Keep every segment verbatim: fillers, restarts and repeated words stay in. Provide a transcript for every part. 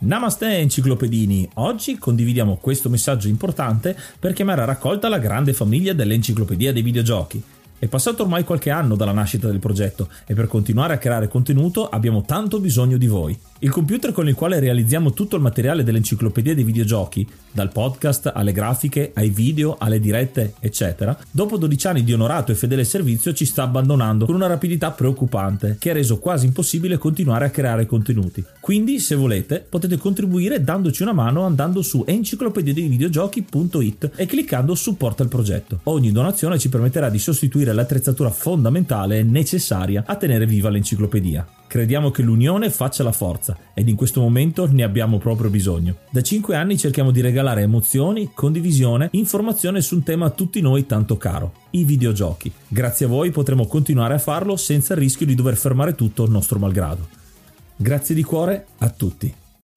Namaste enciclopedini, oggi condividiamo questo messaggio importante per chiamare a raccolta la grande famiglia dell'enciclopedia dei videogiochi. È passato ormai qualche anno dalla nascita del progetto e per continuare a creare contenuto abbiamo tanto bisogno di voi. Il computer con il quale realizziamo tutto il materiale dell'enciclopedia dei videogiochi, dal podcast alle grafiche, ai video, alle dirette, eccetera, dopo dodici anni di onorato e fedele servizio ci sta abbandonando con una rapidità preoccupante che ha reso quasi impossibile continuare a creare contenuti. Quindi, se volete, potete contribuire dandoci una mano andando su enciclopedia dei videogiochi punto it e cliccando supporta il progetto. Ogni donazione ci permetterà di sostituire l'attrezzatura fondamentale e necessaria a tenere viva l'enciclopedia. Crediamo che l'unione faccia la forza ed in questo momento ne abbiamo proprio bisogno. Da cinque anni cerchiamo di regalare emozioni, condivisione, informazione su un tema a tutti noi tanto caro, i videogiochi. Grazie a voi potremo continuare a farlo senza il rischio di dover fermare tutto nostro malgrado. Grazie di cuore a tutti.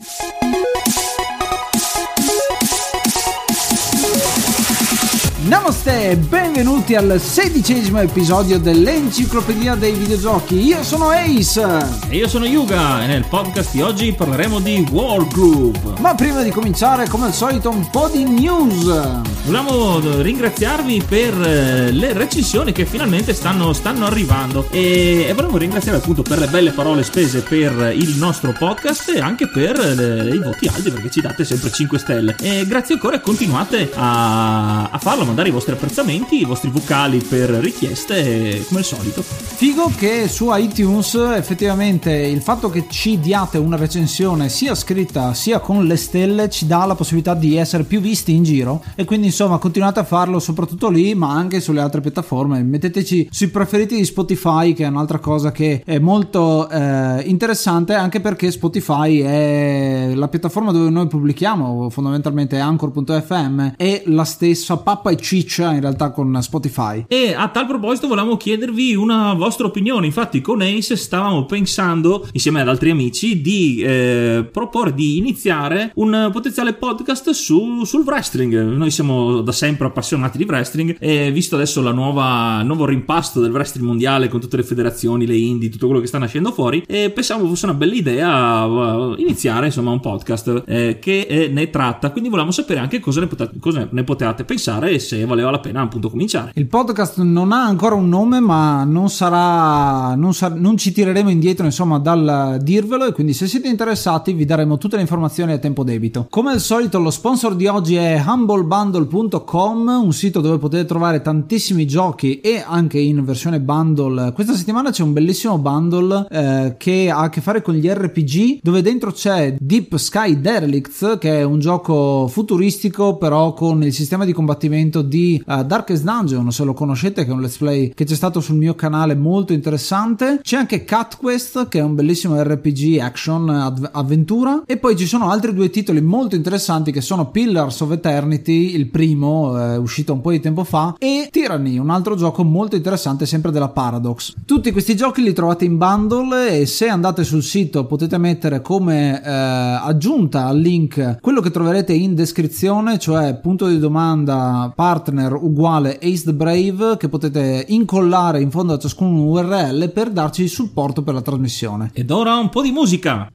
Namaste e benvenuti al sedicesimo episodio dell'Enciclopedia dei Videogiochi. Io sono Ace e io sono Yuga e nel podcast di oggi parleremo di Wargroove. Ma prima di cominciare, come al solito, un po' di news. Vogliamo ringraziarvi per le recensioni che finalmente stanno, stanno arrivando e, e volevo ringraziare appunto per le belle parole spese per il nostro podcast e anche per le, i voti alti, perché ci date sempre cinque stelle e grazie ancora, continuate a, a farlo, mandare i vostri apprezzamenti, i vostri vocali per richieste come al solito. Figo che su iTunes effettivamente il fatto che ci diate una recensione sia scritta sia con le stelle ci dà la possibilità di essere più visti in giro e quindi insomma continuate a farlo soprattutto lì ma anche sulle altre piattaforme. Metteteci sui preferiti di Spotify, che è un'altra cosa che è molto eh, interessante, anche perché Spotify è la piattaforma dove noi pubblichiamo, fondamentalmente anchor punto effe emme, è la stessa pappa e ciccia in realtà con Spotify. E a tal proposito volevamo chiedervi una vostra opinione. Infatti con Ace stavamo pensando insieme ad altri amici di eh, proporre di iniziare un potenziale podcast su, sul wrestling. Noi siamo da sempre appassionati di wrestling e visto adesso la nuova il nuovo rimpasto del wrestling mondiale con tutte le federazioni, le indie, tutto quello che sta nascendo fuori, e pensavo fosse una bella idea uh, iniziare insomma un podcast eh, che eh, ne tratta. Quindi volevamo sapere anche cosa ne potete, cosa ne potevate pensare e se valeva la pena appunto cominciare. Il podcast non ha ancora un nome, ma non sarà non, sar- non ci tireremo indietro insomma dal dirvelo, e quindi se siete interessati vi daremo tutte le informazioni a tempo debito. Come al solito lo sponsor di oggi è humble bundle punto com, un sito dove potete trovare tantissimi giochi e anche in versione bundle. Questa settimana c'è un bellissimo bundle eh, che ha a che fare con gli erre pi gi, dove dentro c'è Deep Sky Derelicts, che è un gioco futuristico però con il sistema di combattimento di uh, Darkest Dungeon, se lo conoscete, che è un let's play che c'è stato sul mio canale molto interessante. C'è anche Cat Quest, che è un bellissimo erre pi gi action ad- avventura, e poi ci sono altri due titoli molto interessanti che sono Pillars of Eternity, il primo è eh, uscito un po' di tempo fa, e Tyranny, un altro gioco molto interessante sempre della Paradox. Tutti questi giochi li trovate in bundle e se andate sul sito potete mettere come eh, aggiunta al link quello che troverete in descrizione, cioè punto di domanda partner uguale Ace the Brave, che potete incollare in fondo a ciascun U R L per darci il supporto per la trasmissione. Ed ora un po' di musica.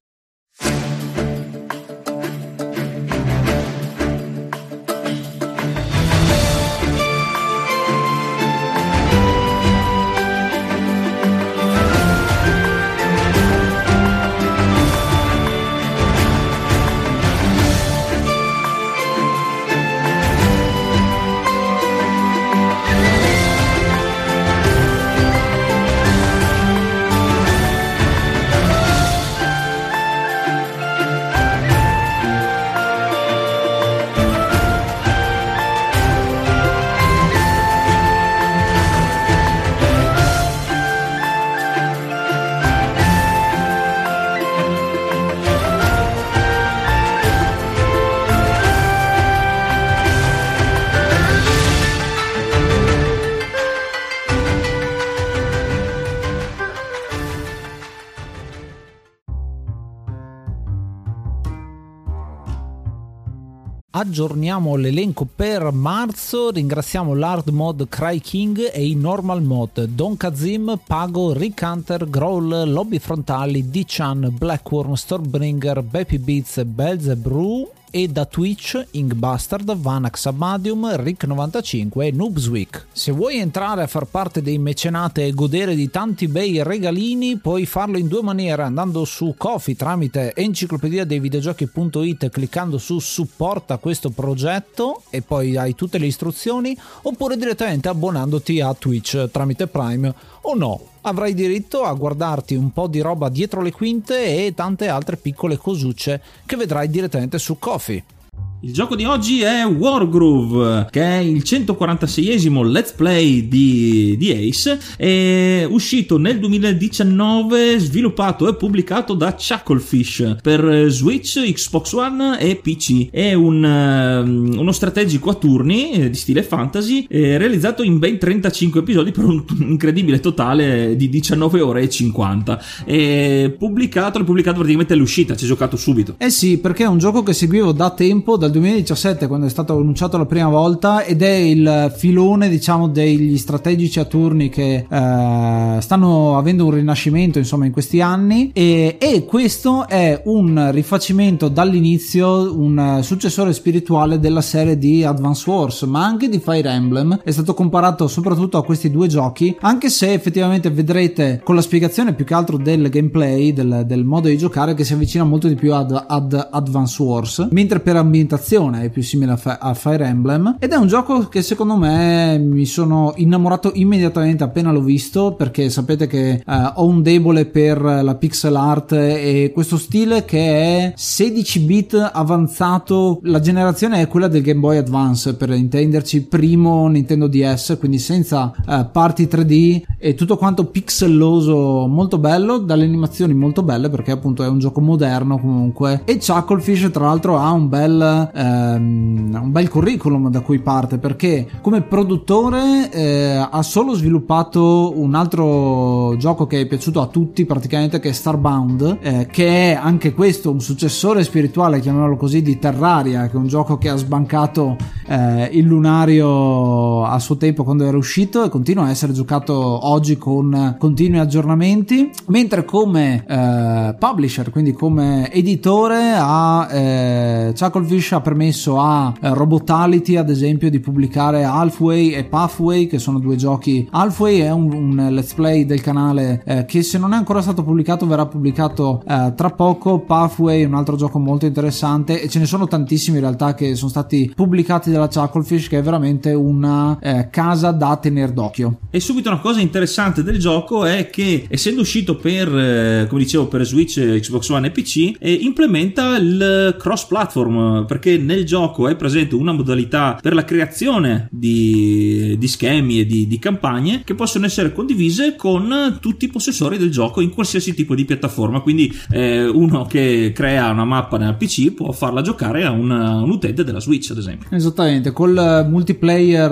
Aggiorniamo l'elenco per marzo, ringraziamo l'hard mod Cry King e i normal mod Don Kazim, Pago, Rick Hunter, Growl, Lobby Frontali, D-Chan, Blackworm, Stormbringer, Baby Beats, Belzebrew e da Twitch Ink Bastard, Vanax Abadium, Rick novantacinque e Noobsweek. Se vuoi entrare a far parte dei mecenate e godere di tanti bei regalini, puoi farlo in due maniere: andando su Ko-fi tramite enciclopedia dei videogiochi punto it, cliccando su supporta questo progetto e poi hai tutte le istruzioni, oppure direttamente abbonandoti a Twitch tramite Prime o no. Avrai diritto a guardarti un po' di roba dietro le quinte e tante altre piccole cosucce che vedrai direttamente su Ko-fi. Il gioco di oggi è Wargroove, che è il centoquarantaseiesimo let's play di, di Ace, è uscito nel duemiladiciannove, sviluppato e pubblicato da Chucklefish per Switch, Xbox One e P C. È un, um, uno strategico a turni eh, di stile fantasy, eh, realizzato in ben trentacinque episodi per un incredibile totale di diciannove ore e cinquanta. È pubblicato, è pubblicato praticamente all'uscita, ci ho giocato subito. Eh sì, perché è un gioco che seguivo da tempo, dal duemiladiciassette, quando è stato annunciato la prima volta, ed è il filone, diciamo, degli strategici a turni che eh, stanno avendo un rinascimento, insomma, in questi anni, e, e questo è un rifacimento dall'inizio, un successore spirituale della serie di Advance Wars, ma anche di Fire Emblem. È stato comparato soprattutto a questi due giochi, anche se effettivamente vedrete con la spiegazione più che altro del gameplay, del, del modo di giocare, che si avvicina molto di più ad, ad Advance Wars, mentre per ambientazione è più simile a, F- a Fire Emblem. Ed è un gioco che secondo me mi sono innamorato immediatamente appena l'ho visto, perché sapete che eh, ho un debole per la pixel art e questo stile che è sedici bit avanzato. La generazione è quella del Game Boy Advance, per intenderci, primo Nintendo D S, quindi senza eh, parti tre D e tutto quanto pixelloso, molto bello, dalle animazioni molto belle, perché appunto è un gioco moderno comunque. E Chucklefish tra l'altro ha un bel ehm, un bel curriculum da cui parte, perché come produttore eh, ha solo sviluppato un altro gioco che è piaciuto a tutti praticamente, che è Starbound, eh, che è anche questo un successore spirituale, chiamiamolo così, di Terraria, che è un gioco che ha sbancato eh, il lunario a suo tempo quando era uscito e continua a essere giocato oggi con continui aggiornamenti. Mentre come eh, publisher, quindi come editore, ha eh, Chucklefish ha permesso a eh, Robotality ad esempio di pubblicare Halfway e Pathway, che sono due giochi. Halfway è un, un let's play del canale eh, che se non è ancora stato pubblicato verrà pubblicato eh, tra poco. Pathway è un altro gioco molto interessante, e ce ne sono tantissimi in realtà che sono stati pubblicati dalla Chucklefish, che è veramente una eh, casa da tenere d'occhio. E subito una cosa interessante del gioco è che, essendo uscito per eh, come dicevo per Switch, Xbox One e P C, eh, implementa il cross platform, perché nel gioco è presente una modalità per la creazione di, di schemi e di, di campagne che possono essere condivise con tutti i possessori del gioco in qualsiasi tipo di piattaforma. Quindi eh, uno che crea una mappa nel P C può farla giocare a un, un utente della Switch, ad esempio. Esattamente, col multiplayer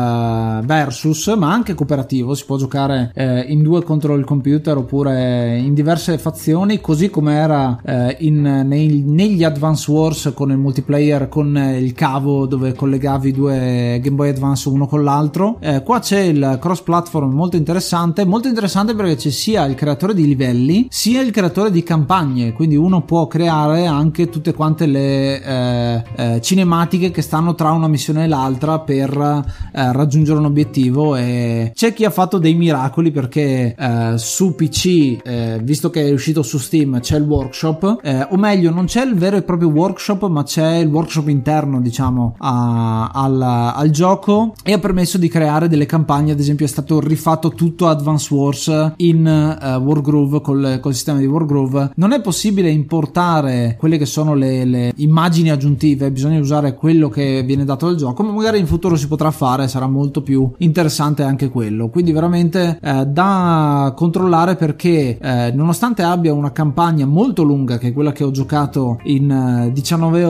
uh, versus, ma anche cooperativo, si può giocare eh, in due contro il computer oppure in diverse fazioni, così come era eh, in, nei, negli Advance Wars con il multiplayer con il cavo dove collegavi due Game Boy Advance uno con l'altro. Eh, qua c'è il cross platform molto interessante, molto interessante perché c'è sia il creatore di livelli sia il creatore di campagne, quindi uno può creare anche tutte quante le eh, eh, cinematiche che stanno tra una missione e l'altra per eh, raggiungere un obiettivo. E c'è chi ha fatto dei miracoli, perché eh, su P C, eh, visto che è uscito su Steam, c'è il workshop, eh, o meglio non c'è il vero e proprio workshop, ma c'è il workshop interno, diciamo, a, al, al gioco, e ha permesso di creare delle campagne. Ad esempio è stato rifatto tutto Advance Wars in uh, Wargroove, col, col sistema di Wargroove. Non è possibile importare quelle che sono le, le immagini aggiuntive, bisogna usare quello che viene dato dal gioco, ma magari in futuro si potrà fare, sarà molto più interessante anche quello. Quindi veramente eh, da controllare, perché eh, nonostante abbia una campagna molto lunga, che è quella che ho giocato in uh, diciannove ore,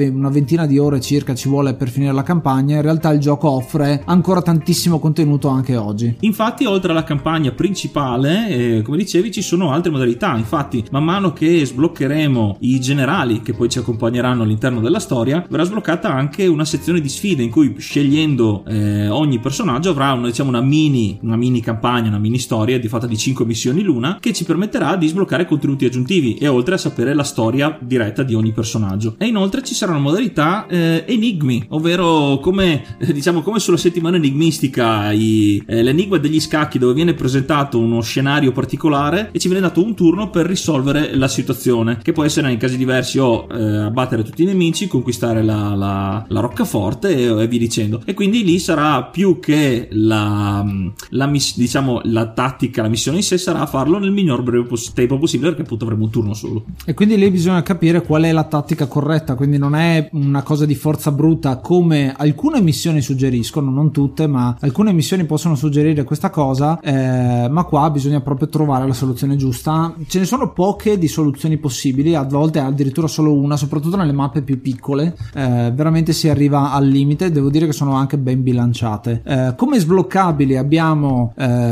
una ventina di ore circa ci vuole per finire la campagna, in realtà il gioco offre ancora tantissimo contenuto anche oggi. Infatti, oltre alla campagna principale, eh, come dicevi, ci sono altre modalità. Infatti, man mano che sbloccheremo i generali che poi ci accompagneranno all'interno della storia, verrà sbloccata anche una sezione di sfide in cui, scegliendo eh, ogni personaggio, avrà una, diciamo, una mini una mini campagna, una mini storia di fatta di cinque missioni l'una, che ci permetterà di sbloccare contenuti aggiuntivi e oltre a sapere la storia diretta di ogni personaggio. E inoltre ci saranno modalità eh, enigmi, ovvero come eh, diciamo come sulla settimana enigmistica i, eh, l'enigma degli scacchi, dove viene presentato uno scenario particolare e ci viene dato un turno per risolvere la situazione, che può essere in casi diversi o eh, abbattere tutti i nemici, conquistare la, la, la roccaforte e, e via dicendo. E quindi lì sarà più che la, la diciamo la tattica, la missione in sé, sarà farlo nel miglior breve poss- tempo possibile, perché appunto avremo un turno solo. E quindi lì bisogna capire qual è la tattica corretta, quindi non è una cosa di forza bruta come alcune missioni suggeriscono, non tutte, ma alcune missioni possono suggerire questa cosa, eh, ma qua bisogna proprio trovare la soluzione giusta. Ce ne sono poche di soluzioni possibili, a volte addirittura solo una, soprattutto nelle mappe più piccole, eh, veramente si arriva al limite. Devo dire che sono anche ben bilanciate. Eh, come sbloccabili abbiamo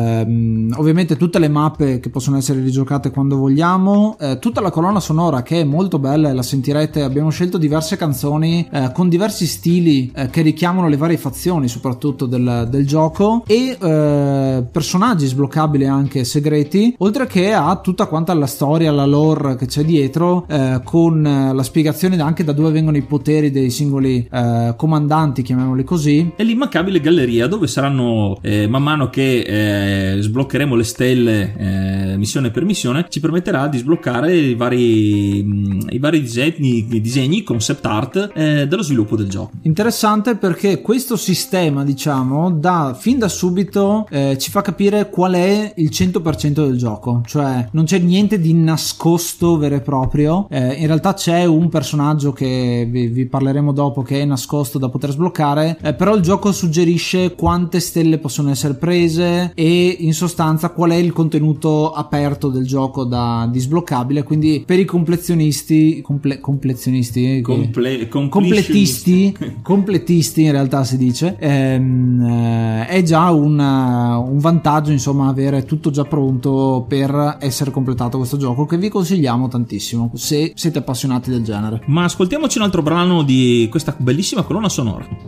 ehm, ovviamente tutte le mappe che possono essere rigiocate quando vogliamo, eh, tutta la colonna sonora che è molto bella e la sentirete. Abbiamo scelto diverse canzoni eh, con diversi stili eh, che richiamano le varie fazioni soprattutto del, del gioco, e eh, personaggi sbloccabili anche segreti, oltre che a tutta quanta la storia, la lore che c'è dietro, eh, con eh, la spiegazione anche da dove vengono i poteri dei singoli eh, comandanti, chiamiamoli così, e l'immancabile galleria, dove saranno eh, man mano che eh, sbloccheremo le stelle eh, missione per missione, ci permetterà di sbloccare i vari mh, i vari disegni, disegni concept art eh, dello sviluppo del gioco. Interessante, perché questo sistema, diciamo, da fin da subito eh, ci fa capire qual è il cento per cento del gioco, cioè non c'è niente di nascosto vero e proprio. Eh, in realtà c'è un personaggio che vi, vi parleremo dopo, che è nascosto da poter sbloccare, eh, però il gioco suggerisce quante stelle possono essere prese e in sostanza qual è il contenuto aperto del gioco da di sbloccabile. Quindi per i complezionisti comple, complezionisti Comple, completisti completisti in realtà si dice, ehm, eh, è già un, un vantaggio, insomma, avere tutto già pronto per essere completato questo gioco, che vi consigliamo tantissimo se siete appassionati del genere. Ma ascoltiamoci un altro brano di questa bellissima colonna sonora.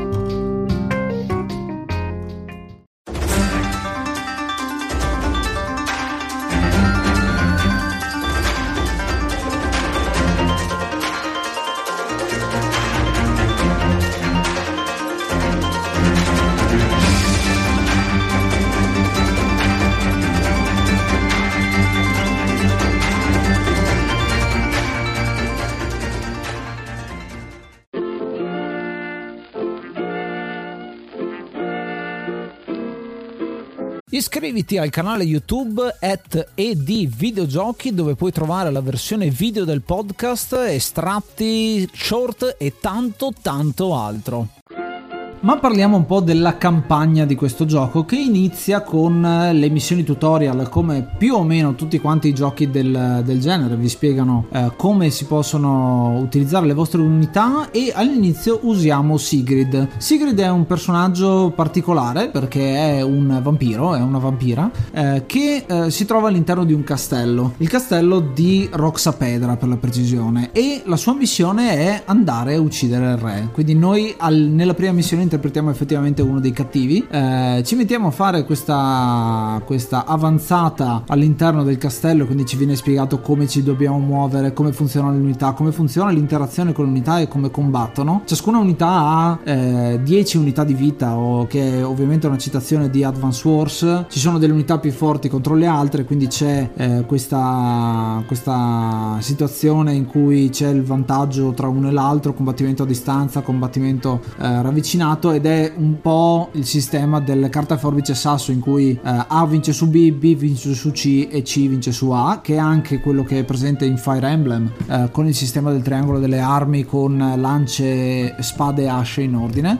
Iscriviti al canale YouTube at edvideogiochi, dove puoi trovare la versione video del podcast, estratti, short e tanto tanto altro. Ma parliamo un po' della campagna di questo gioco, che inizia con le missioni tutorial, come più o meno tutti quanti i giochi del, del genere. Vi spiegano eh, come si possono utilizzare le vostre unità, e all'inizio usiamo Sigrid. Sigrid è un personaggio particolare perché è un vampiro, è una vampira eh, che eh, si trova all'interno di un castello, il castello di Roxapedra per la precisione, e la sua missione è andare a uccidere il re. Quindi noi al, nella prima missione interpretiamo effettivamente uno dei cattivi, eh, ci mettiamo a fare questa, questa avanzata all'interno del castello, quindi ci viene spiegato come ci dobbiamo muovere, come funzionano le unità, come funziona l'interazione con le unità e come combattono. Ciascuna unità ha eh, dieci unità di vita, o che è ovviamente una citazione di Advance Wars. Ci sono delle unità più forti contro le altre, quindi c'è eh, questa, questa situazione in cui c'è il vantaggio tra uno e l'altro, combattimento a distanza, combattimento eh, ravvicinato. Esatto, ed è un po' il sistema delle carte a forbice sasso in cui eh, A vince su B, B vince su C e C vince su A, che è anche quello che è presente in Fire Emblem, eh, con il sistema del triangolo delle armi con lance, spade e asce in ordine.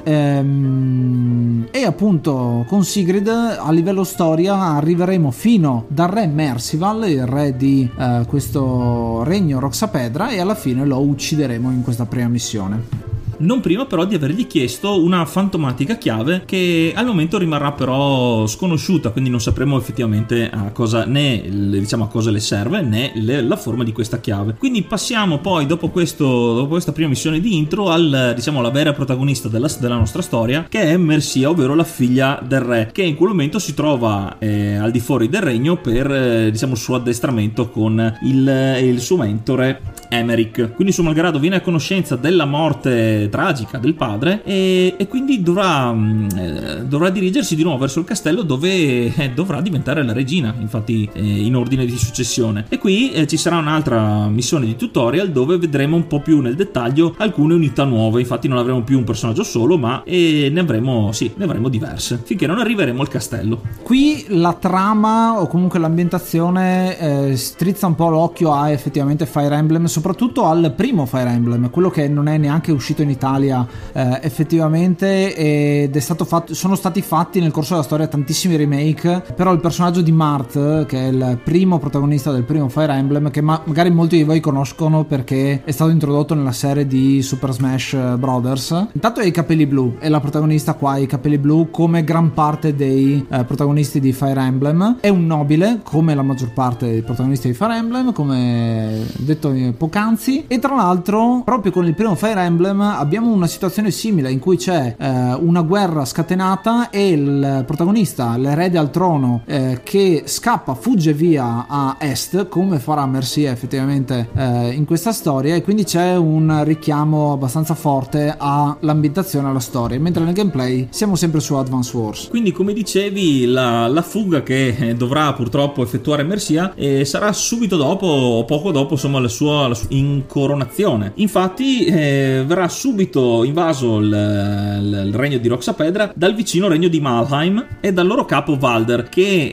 Ehm, e appunto con Sigrid a livello storia arriveremo fino dal re Mercival, il re di eh, questo regno Roxapedra, e alla fine lo uccideremo in questa prima missione. Non prima però di avergli chiesto una fantomatica chiave che al momento rimarrà però sconosciuta, quindi non sapremo effettivamente a cosa, né diciamo a cosa le serve, né le, la forma di questa chiave. Quindi passiamo poi dopo, questo, dopo questa prima missione di intro al, diciamo, alla vera protagonista della, della nostra storia, che è Mercia, ovvero la figlia del re, che in quel momento si trova eh, al di fuori del regno per eh, diciamo il suo addestramento con il, il suo mentore Emeric. Quindi suo malgrado viene a conoscenza della morte tragica del padre e, e quindi dovrà, eh, dovrà dirigersi di nuovo verso il castello, dove eh, dovrà diventare la regina, infatti eh, in ordine di successione. E qui eh, ci sarà un'altra missione di tutorial dove vedremo un po' più nel dettaglio alcune unità nuove, infatti non avremo più un personaggio solo, ma eh, ne avremo sì, ne avremo diverse finché non arriveremo al castello. Qui la trama o comunque l'ambientazione eh, strizza un po' l'occhio a effettivamente Fire Emblem, soprattutto al primo Fire Emblem, quello che non è neanche uscito in Italia eh, effettivamente, ed è stato fatto, sono stati fatti nel corso della storia tantissimi remake, però il personaggio di Marth, che è il primo protagonista del primo Fire Emblem, che ma- magari molti di voi conoscono perché è stato introdotto nella serie di Super Smash Brothers, intanto è i capelli blu, e la protagonista qua ha i capelli blu come gran parte dei eh, protagonisti di Fire Emblem. È un nobile come la maggior parte dei protagonisti di Fire Emblem, come detto poc'anzi, e tra l'altro proprio con il primo Fire Emblem abbiamo una situazione simile in cui c'è eh, una guerra scatenata e il protagonista, l'erede al trono, eh, che scappa, fugge via a est, come farà Mercia effettivamente eh, in questa storia, e quindi c'è un richiamo abbastanza forte all'ambientazione, alla storia, mentre nel gameplay siamo sempre su Advance Wars. Quindi come dicevi la, la fuga che dovrà purtroppo effettuare Mercia eh, sarà subito dopo o poco dopo insomma la sua, la sua incoronazione. Infatti eh, verrà subito invaso il, il, il regno di Roxapedra dal vicino regno di Malheim e dal loro capo Valder, che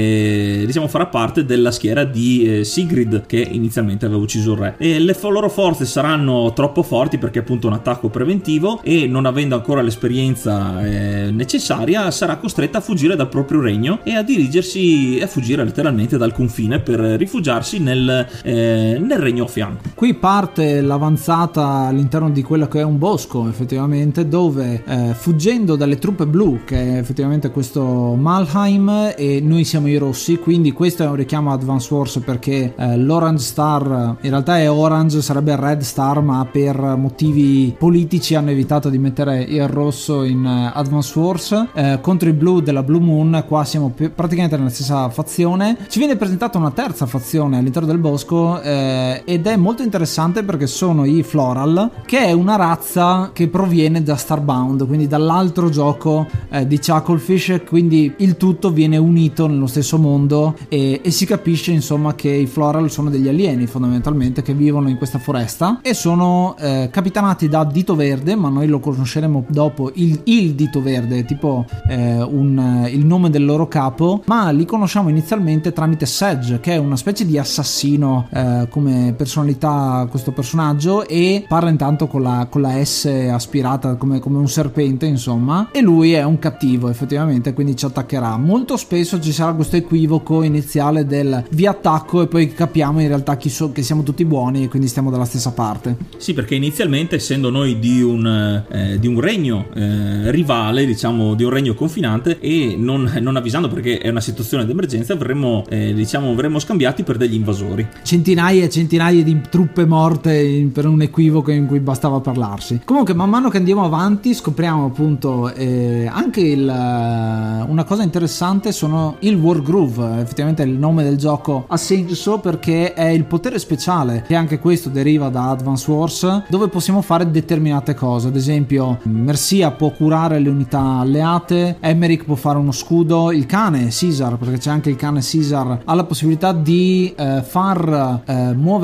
eh, diciamo farà parte della schiera di eh, Sigrid, che inizialmente aveva ucciso il re. E le fo- loro forze saranno troppo forti perché è appunto un attacco preventivo, e non avendo ancora l'esperienza eh, necessaria sarà costretta a fuggire dal proprio regno e a dirigersi a fuggire letteralmente dal confine per rifugiarsi nel, eh, nel regno a fianco. Qui parte l'avanzata all'interno di quello che è un bosco effettivamente, dove eh, fuggendo dalle truppe blu, che è effettivamente questo Malheim, e noi siamo i rossi, quindi questo è un richiamo a Advance Wars perché eh, l'Orange Star in realtà è Orange, sarebbe Red Star, ma per motivi politici hanno evitato di mettere il rosso in uh, Advance Wars eh, contro i blu della Blue Moon. Qua siamo più, praticamente nella stessa fazione. Ci viene presentata una terza fazione all'interno del bosco eh, ed è molto interessante perché sono i Floral, che è una razza che proviene da Starbound, quindi dall'altro gioco eh, di Chucklefish, quindi il tutto viene unito nello stesso mondo e, e si capisce insomma che i Floral sono degli alieni fondamentalmente che vivono in questa foresta e sono eh, capitanati da Dito Verde, ma noi lo conosceremo dopo, il, il Dito Verde, tipo eh, un, il nome del loro capo, ma li conosciamo inizialmente tramite Sedge, che è una specie di assassino eh, come personalità questo personaggio, e parla intanto con la, con la S aspirata come, come un serpente insomma, e lui è un cattivo effettivamente, quindi ci attaccherà. Molto spesso ci sarà questo equivoco iniziale del vi attacco e poi capiamo in realtà chi so, che siamo tutti buoni e quindi stiamo dalla stessa parte. Sì, perché inizialmente essendo noi di un, eh, di un regno eh, rivale, diciamo di un regno confinante, e non, non avvisando perché è una situazione d'emergenza, verremo eh, diciamo verremo scambiati per degli invasori. Centinaia e centinaia di truppe morte in, per un equivoco in cui bastava parlarsi. Comunque man mano che andiamo avanti scopriamo appunto eh, anche il, una cosa interessante sono il Wargroove. Effettivamente il nome del gioco ha senso perché è il potere speciale, che anche questo deriva da Advance Wars, dove possiamo fare determinate cose. Ad esempio Mercia può curare le unità alleate, Emeric può fare uno scudo, il cane Caesar, perché c'è anche il cane Caesar, ha la possibilità di eh, far eh, muovere di nuovo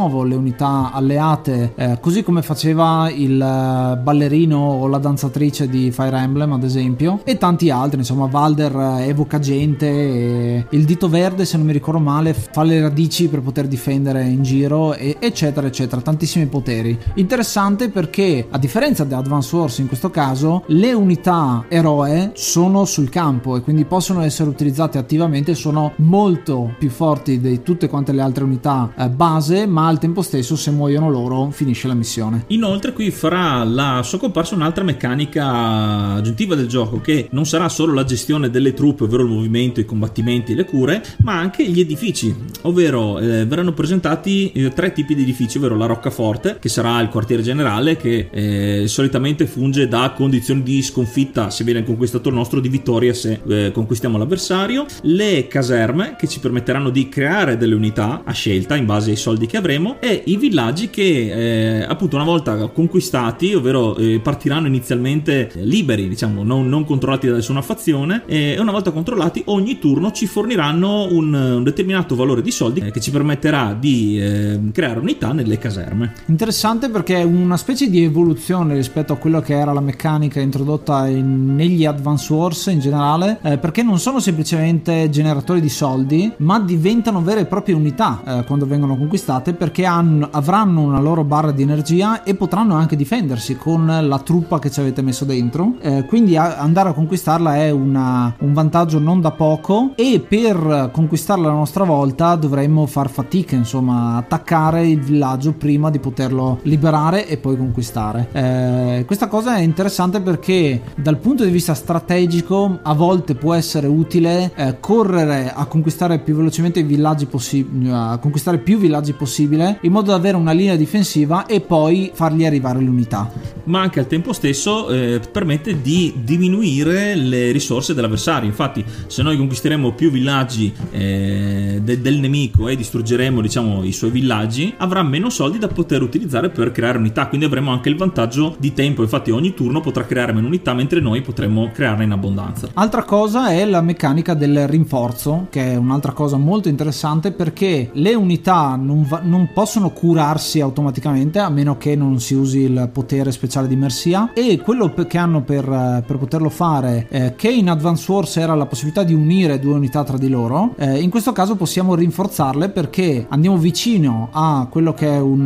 nuovo le unità alleate, eh, così come faceva il eh, ballerino o la danzatrice di Fire Emblem ad esempio, e tanti altri, insomma Valder eh, evoca gente, e il dito verde, se non mi ricordo male, fa le radici per poter difendere in giro, e, eccetera eccetera, tantissimi poteri. Interessante perché a differenza di Advance Wars in questo caso le unità eroe sono sul campo e quindi possono essere utilizzate attivamente, sono molto più forti di tutte quante le altre unità eh, base, ma al tempo stesso se muoiono loro finisce la missione. Inoltre qui farà la sua comparsa un'altra meccanica aggiuntiva del gioco, che non sarà solo la gestione delle truppe, ovvero il movimento, i combattimenti e le cure, ma anche gli edifici, ovvero eh, verranno presentati eh, tre tipi di edifici, ovvero la roccaforte, che sarà il quartiere generale, che eh, solitamente funge da condizioni di sconfitta se viene conquistato il nostro, di vittoria se eh, conquistiamo l'avversario, le caserme, che ci permetteranno di creare delle unità a scelta in base ai soldi che avremo, e i villaggi che eh, appunto una volta conquistati, ovvero eh, partiranno inizialmente liberi, diciamo non, non controllati da nessuna fazione, e una volta controllati ogni turno ci forniranno un, un determinato valore di soldi eh, che ci permetterà di eh, creare unità nelle caserme. Interessante perché è una specie di evoluzione rispetto a quello che era la meccanica introdotta in, negli Advance Wars in generale, eh, perché non sono semplicemente generatori di soldi, ma diventano vere e proprie unità eh, quando vengono conquistate, perché hanno, avranno una loro barra di energia e potranno anche difendersi con la truppa che ci avete messo dentro, eh, quindi a, andare a conquistarla è una, un vantaggio non da poco, e per conquistarla la nostra volta dovremmo far fatica, insomma attaccare il villaggio prima di poterlo liberare e poi conquistare. Eh, questa cosa è interessante perché dal punto di vista strategico a volte può essere utile eh, correre a conquistare più velocemente i villaggi possibili, a conquistare più villaggi possibile, in modo da avere una linea difensiva e poi fargli arrivare l'unità, ma anche al tempo stesso eh, permette di diminuire le risorse dell'avversario. Infatti se noi conquisteremo più villaggi eh, de- del nemico e distruggeremo, diciamo, i suoi villaggi, avrà meno soldi da poter utilizzare per creare unità, quindi avremo anche il vantaggio di tempo. Infatti ogni turno potrà creare meno unità, mentre noi potremo crearne in abbondanza. Altra cosa è la meccanica del rinforzo, che è un'altra cosa molto interessante, perché le unità non, va- non possono curarsi automaticamente a meno che non si usi il potere speciale di Mercia, e quello che hanno per, per poterlo fare, eh, che in Advance Wars era la possibilità di unire due unità tra di loro, eh, in questo caso possiamo rinforzarle perché andiamo vicino a quello che è un,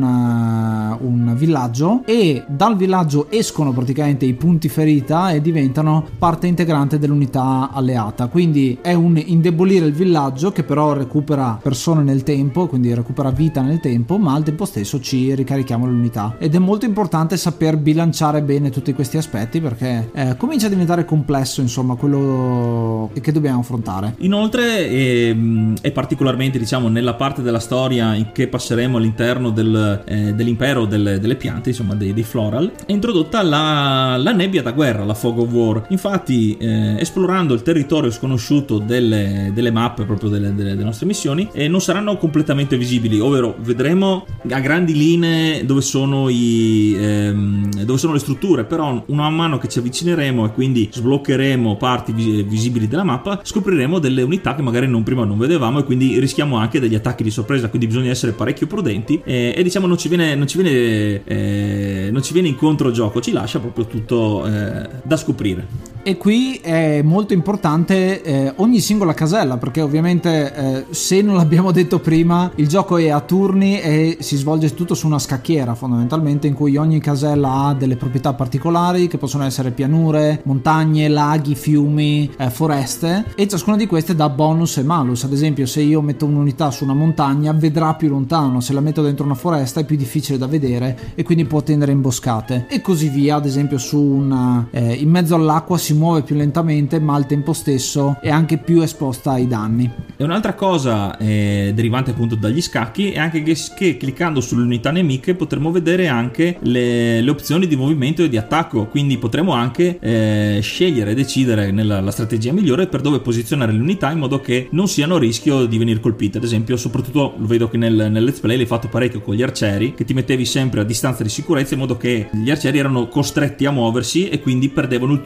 uh, un villaggio, e dal villaggio escono praticamente i punti ferita e diventano parte integrante dell'unità alleata. Quindi è un indebolire il villaggio che però recupera persone nel tempo, quindi recupera vita nel tempo, ma al tempo stesso ci ricarichiamo l'unità, ed è molto importante saper bilanciare bene tutti questi aspetti, perché eh, comincia a diventare complesso, insomma, quello che dobbiamo affrontare. Inoltre ehm, è particolarmente, diciamo, nella parte della storia in che passeremo all'interno del, eh, dell'impero delle, delle piante, insomma dei, dei floral, è introdotta la, la nebbia da guerra, la fog of war. Infatti eh, esplorando il territorio sconosciuto delle, delle mappe proprio delle, delle, delle nostre missioni, eh, non saranno completamente visibili, ovvero vedremo a grandi linee dove sono i ehm, dove sono le strutture, però man mano che ci avvicineremo e quindi sbloccheremo parti vis- visibili della mappa, scopriremo delle unità che magari non prima non vedevamo, e quindi rischiamo anche degli attacchi di sorpresa. Quindi bisogna essere parecchio prudenti, e, e diciamo non ci viene non ci viene eh, non ci viene incontro il gioco, ci lascia proprio tutto eh, da scoprire. E qui è molto importante eh, ogni singola casella, perché ovviamente eh, se non l'abbiamo detto prima, il gioco è a turni e si svolge tutto su una scacchiera fondamentalmente, in cui ogni casella ha delle proprietà particolari che possono essere pianure, montagne, laghi, fiumi, eh, foreste, e ciascuna di queste dà bonus e malus. Ad esempio, se io metto un'unità su una montagna vedrà più lontano, se la metto dentro una foresta è più difficile da vedere e quindi può tendere imboscate, e così via. Ad esempio su una eh, in mezzo all'acqua si muove più lentamente, ma al tempo stesso è anche più esposta ai danni. E un'altra cosa eh, derivante appunto dagli scacchi è anche che, che cliccando sulle unità nemiche potremo vedere anche le, le opzioni di movimento e di attacco, quindi potremo anche eh, scegliere e decidere nella la strategia migliore per dove posizionare le unità, in modo che non siano a rischio di venire colpite. Ad esempio, soprattutto lo vedo che nel, nel let's play l'hai fatto parecchio con gli arcieri, che ti mettevi sempre a distanza di sicurezza, in modo che gli arcieri erano costretti a muoversi e quindi perdevano il turno per attaccare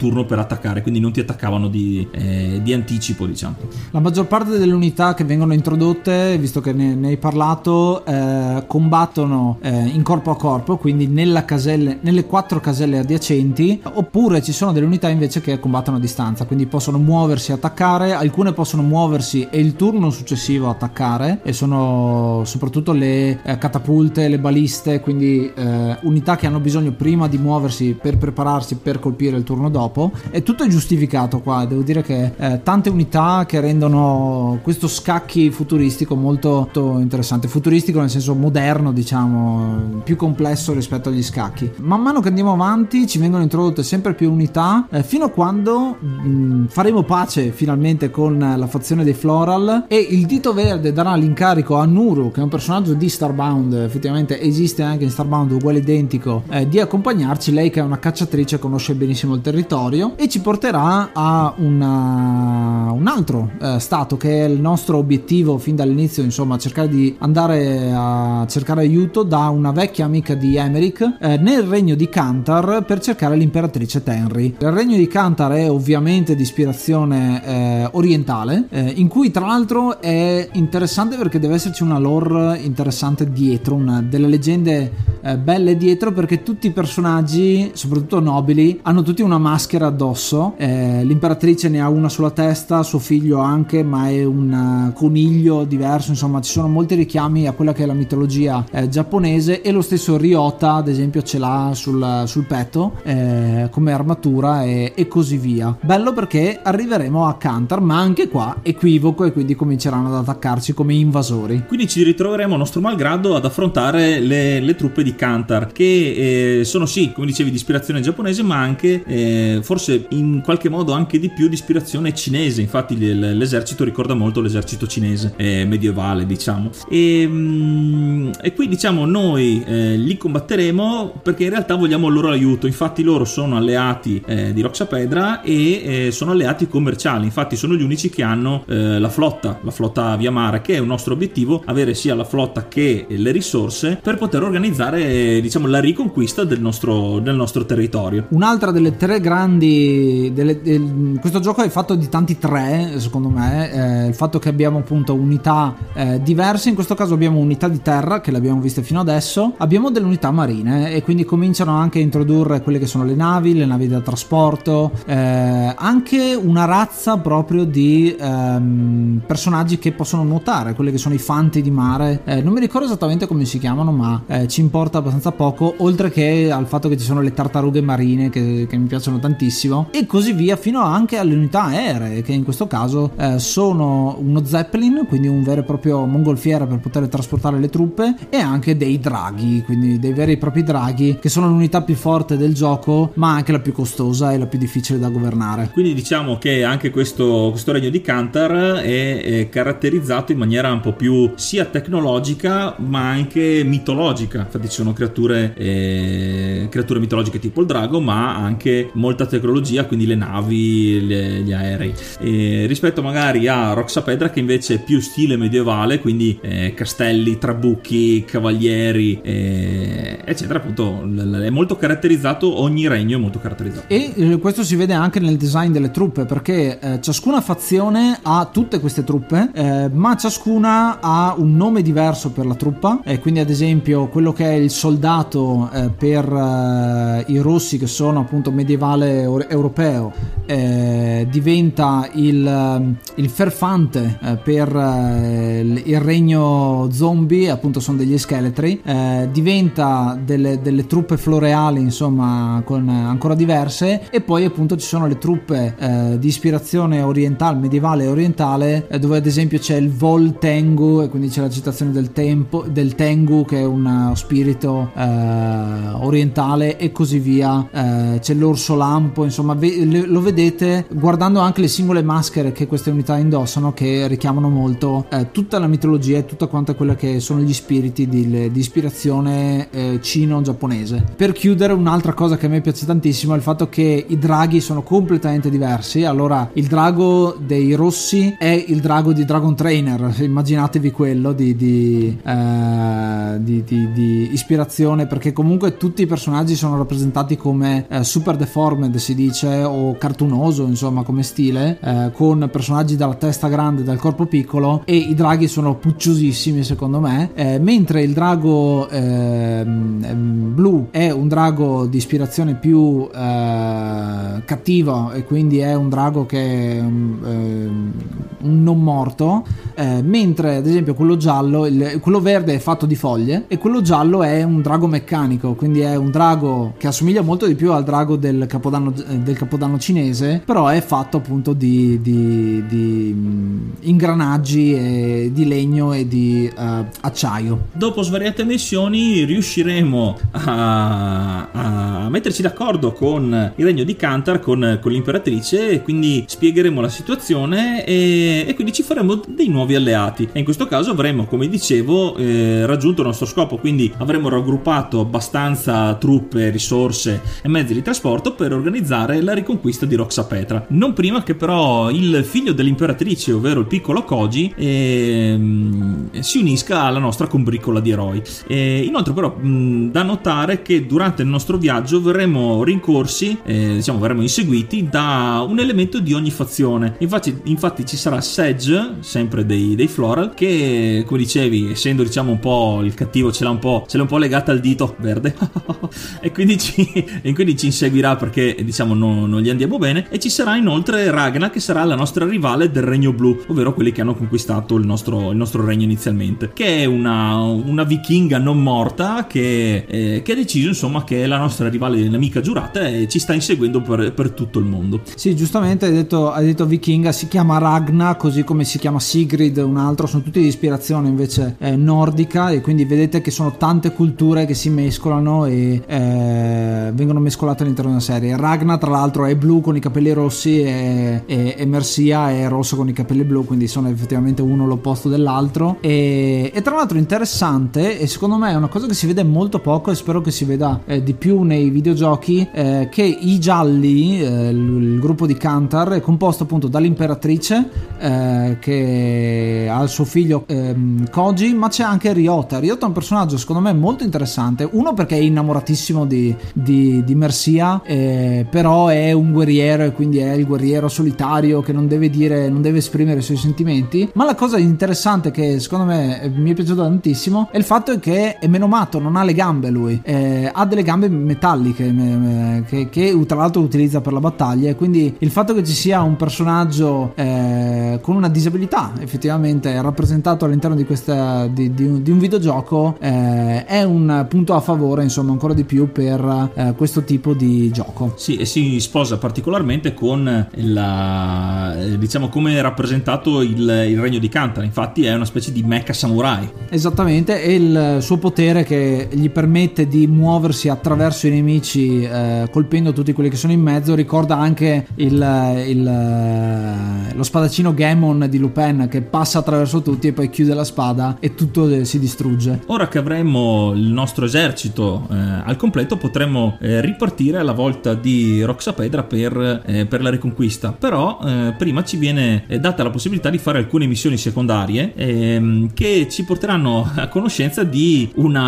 attaccare, quindi non ti attaccavano di, eh, di anticipo, diciamo. La maggior parte delle unità che vengono introdotte, visto che ne, ne hai parlato, eh, combattono eh, in corpo a corpo, quindi nella caselle, nelle quattro caselle adiacenti, oppure ci sono delle unità invece che combattono a distanza, quindi possono muoversi e attaccare. Alcune possono muoversi e il turno successivo attaccare, e sono soprattutto le eh, catapulte, le baliste, quindi eh, unità che hanno bisogno prima di muoversi per prepararsi per colpire il turno dopo. E tutto è giustificato qua, devo dire che eh, tante unità che rendono questo scacchi futuristico molto, molto interessante, futuristico nel senso moderno, diciamo, più complesso rispetto agli scacchi. Man mano che andiamo avanti ci vengono introdotte sempre più unità, eh, fino a quando mh, faremo pace finalmente con la fazione dei Floral, e il Dito Verde darà l'incarico a Nuru, che è un personaggio di Starbound, effettivamente esiste anche in Starbound, uguale identico, eh, di accompagnarci. Lei che è una cacciatrice conosce benissimo il territorio e ci porterà a una, un altro eh, stato che è il nostro obiettivo fin dall'inizio, insomma, cercare di andare a cercare aiuto da una vecchia amica di Emeric eh, nel regno di Kantar per cercare l'imperatrice Tenri. Il regno di Kantar è ovviamente di ispirazione eh, orientale, eh, in cui tra l'altro è interessante perché deve esserci una lore interessante dietro, una, delle leggende eh, belle dietro, perché tutti i personaggi, soprattutto nobili, hanno tutti una maschera addosso. Eh, l'imperatrice ne ha una sulla testa, suo figlio anche, ma è un coniglio diverso. Insomma, ci sono molti richiami a quella che è la mitologia eh, giapponese, e lo stesso Ryota ad esempio ce l'ha sul, sul petto eh, come armatura, e, e così via. Bello perché arriveremo a Kantar, ma anche qua equivoco, e quindi cominceranno ad attaccarci come invasori. Quindi ci ritroveremo a nostro malgrado ad affrontare le, le truppe di Kantar, che eh, sono sì, come dicevi, di ispirazione giapponese, ma anche eh, forse in qualche modo anche di più di ispirazione cinese. Infatti l'esercito ricorda molto l'esercito cinese eh, medievale, diciamo. E, mh, e qui diciamo noi eh, li combatteremo perché in realtà vogliamo il loro aiuto. Infatti loro sono alleati eh, di Roxapedra e eh, sono alleati commerciali. Infatti sono gli unici che hanno eh, la flotta, la flotta via mare, che è un nostro obiettivo, avere sia la flotta che le risorse per poter organizzare eh, diciamo la riconquista del nostro, del nostro territorio. Un'altra delle tre grandi delle, del, questo gioco è fatto di tanti tre, secondo me, eh, il fatto che abbiamo appunto unità eh, diverse. In questo caso abbiamo unità di terra, che le abbiamo viste fino adesso, abbiamo delle unità marine, e quindi cominciano anche a introdurre quelle che sono le navi, le navi da trasporto, eh, anche una razza proprio di ehm, personaggi che possono nuotare, quelle che sono i fanti di mare. Eh, non mi ricordo esattamente come si chiamano, ma eh, ci importa abbastanza poco, oltre che al fatto che ci sono le tartarughe marine che, che mi piacciono tantissimo, e così via, fino anche alle unità aeree, che in questo caso eh, sono uno Zeppelin, quindi un vero e proprio mongolfiera per poter trasportare le truppe, e anche dei draghi, quindi dei veri e propri draghi, che sono l'unità più forte del gioco, ma anche la più costosa e la più difficile da governare. Quindi diciamo che anche questo, questo regno di Kantar è, è caratterizzato in maniera un po' più sia tecnologica ma anche mitologica. Infatti ci sono creature eh, creature mitologiche tipo il drago, ma anche molta tecnologia, quindi le navi, le, gli aerei, e rispetto magari a Roxapedra, che invece è più stile medievale, quindi eh, castelli, trabucchi, cavalieri eh, eccetera. Appunto è molto caratterizzato, ogni regno è molto caratterizzato, e eh, questo si vede anche nel design delle truppe, perché eh, ciascuna fazione ha tutte queste truppe, eh, ma ciascuna ha un nome diverso per la truppa, e quindi ad esempio quello che è il soldato eh, per eh, i rossi, che sono appunto medievale europeo, eh, diventa il, il ferfante eh, per eh, il regno zombie, appunto sono degli scheletri, eh, diventa delle, delle truppe floreali, insomma, con ancora diverse. E poi appunto ci sono le truppe eh, di ispirazione orientale, medievale e orientale, eh, dove ad esempio c'è il Vol Tengu, e quindi c'è la citazione del tempo del Tengu, che è uno spirito eh, orientale, e così via. Eh, c'è l'orso lampo, insomma ve- le- lo vedete guardando anche le singole maschere che queste unità indossano, che richiamano molto eh, tutta la mitologia e tutta quanta quella che sono gli spiriti di, di ispirazione eh, cino-giapponese. Per chiudere, un'altra cosa che a me piace tantissimo è il fatto che i draghi sono completamente diversi. Allora, il drago dei rossi è il drago di Dragon Trainer, immaginatevi quello di, di, eh, di, di, di ispirazione, perché comunque tutti tutti i personaggi sono rappresentati come eh, super deformed, si dice, o cartunoso, insomma, come stile, eh, con personaggi dalla testa grande e dal corpo piccolo, e i draghi sono pucciosissimi secondo me, eh, mentre il drago eh, blu è un drago di ispirazione più eh, cattiva, e quindi è un drago che è un, eh, un non morto, eh, mentre ad esempio quello giallo, il, quello verde è fatto di foglie e quello giallo è un drago meccanico, quindi è un drago che assomiglia molto di più al drago del capodanno, del capodanno cinese, però è fatto appunto di, di, di ingranaggi e di legno e di uh, acciaio. Dopo svariate missioni riusciremo a, a metterci d'accordo con il regno di Kantar, con, con l'imperatrice, e quindi spiegheremo la situazione e, e quindi ci faremo dei nuovi alleati, e in questo caso avremo, come dicevo, eh, raggiunto il nostro scopo, quindi avremo raggruppato abbastanza truppe, risorse e mezzi di trasporto per organizzare la riconquista di Roxapetra, non prima che però il figlio dell'imperatrice, ovvero il piccolo Koji, eh, si unisca alla nostra combricola di eroi. E inoltre però mh, da notare che durante il nostro viaggio verremo rincorsi, eh, diciamo verremo inseguiti da un elemento di ogni fazione. Infatti, infatti ci sarà Sedge, sempre dei, dei Floral, che come dicevi, essendo diciamo un po' il cattivo, ce l'ha un po', ce l'ha un po' legata al dito verde e quindi ci e quindi ci inseguirà perché diciamo non, non gli andiamo bene. E ci sarà inoltre Ragna, che sarà la nostra rivale del Regno Blu, ovvero quelli che hanno conquistato il nostro, il nostro regno inizialmente, che è una, una vichinga non morta che, eh, che ha deciso insomma che è la nostra rivale, nemica giurata, e ci sta inseguendo per, per tutto il mondo. Sì, giustamente hai detto, hai detto vichinga, si chiama Ragna così come si chiama Sigrid, un altro, sono tutti di ispirazione invece eh, nordica, e quindi vedete che sono tante culture che si mescolano e eh, vengono mescolate all'interno della serie. Ragna tra l'altro è blu con i capelli rossi e, e, e Mercia è rosso con i capelli blu, quindi sono effettivamente uno l'opposto dell'altro, e, e tra l'altro interessante, e secondo me è una cosa che si vede molto poco e spero che si veda eh, di più nei videogiochi, eh, che i gialli, eh, il, il gruppo di Kantar è composto appunto dall'imperatrice eh, che ha il suo figlio eh, Koji, ma c'è anche Ryota. Ryota è un personaggio secondo me molto interessante, uno perché è innamoratissimo di, di, di Mercia, eh, però è un guerriero e quindi è il guerriero solitario che non deve dire, non deve esprimere i suoi sentimenti. Ma la cosa interessante che secondo me mi è piaciuta tantissimo è il fatto che è menomato, non ha le gambe lui, eh, ha delle gambe metalliche me, che, che tra l'altro utilizza per la battaglia, e quindi il fatto che ci sia un personaggio eh, con una disabilità effettivamente rappresentato all'interno di questa di, di, di un videogioco eh, è un punto a favore, insomma, ancora di più per eh, questo tipo di gioco. Sì, e si sposa particolarmente con la, diciamo, come è rappresentato il, il regno di Kantar. Infatti è una specie di mecha samurai. Esattamente, e il suo potere che gli permette di muoversi attraverso i nemici eh, colpendo tutti quelli che sono in mezzo ricorda anche il, il, lo spadaccino Gammon di Lupin, che passa attraverso tutti e poi chiude la spada e tutto si distrugge. Ora che avremo il nostro esercito eh, al completo, potremo eh, ripartire alla volta di Roxapetra per, eh, per la riconquista. Però eh, prima ci viene eh, data la possibilità di fare alcune missioni secondarie eh, che ci porteranno a conoscenza di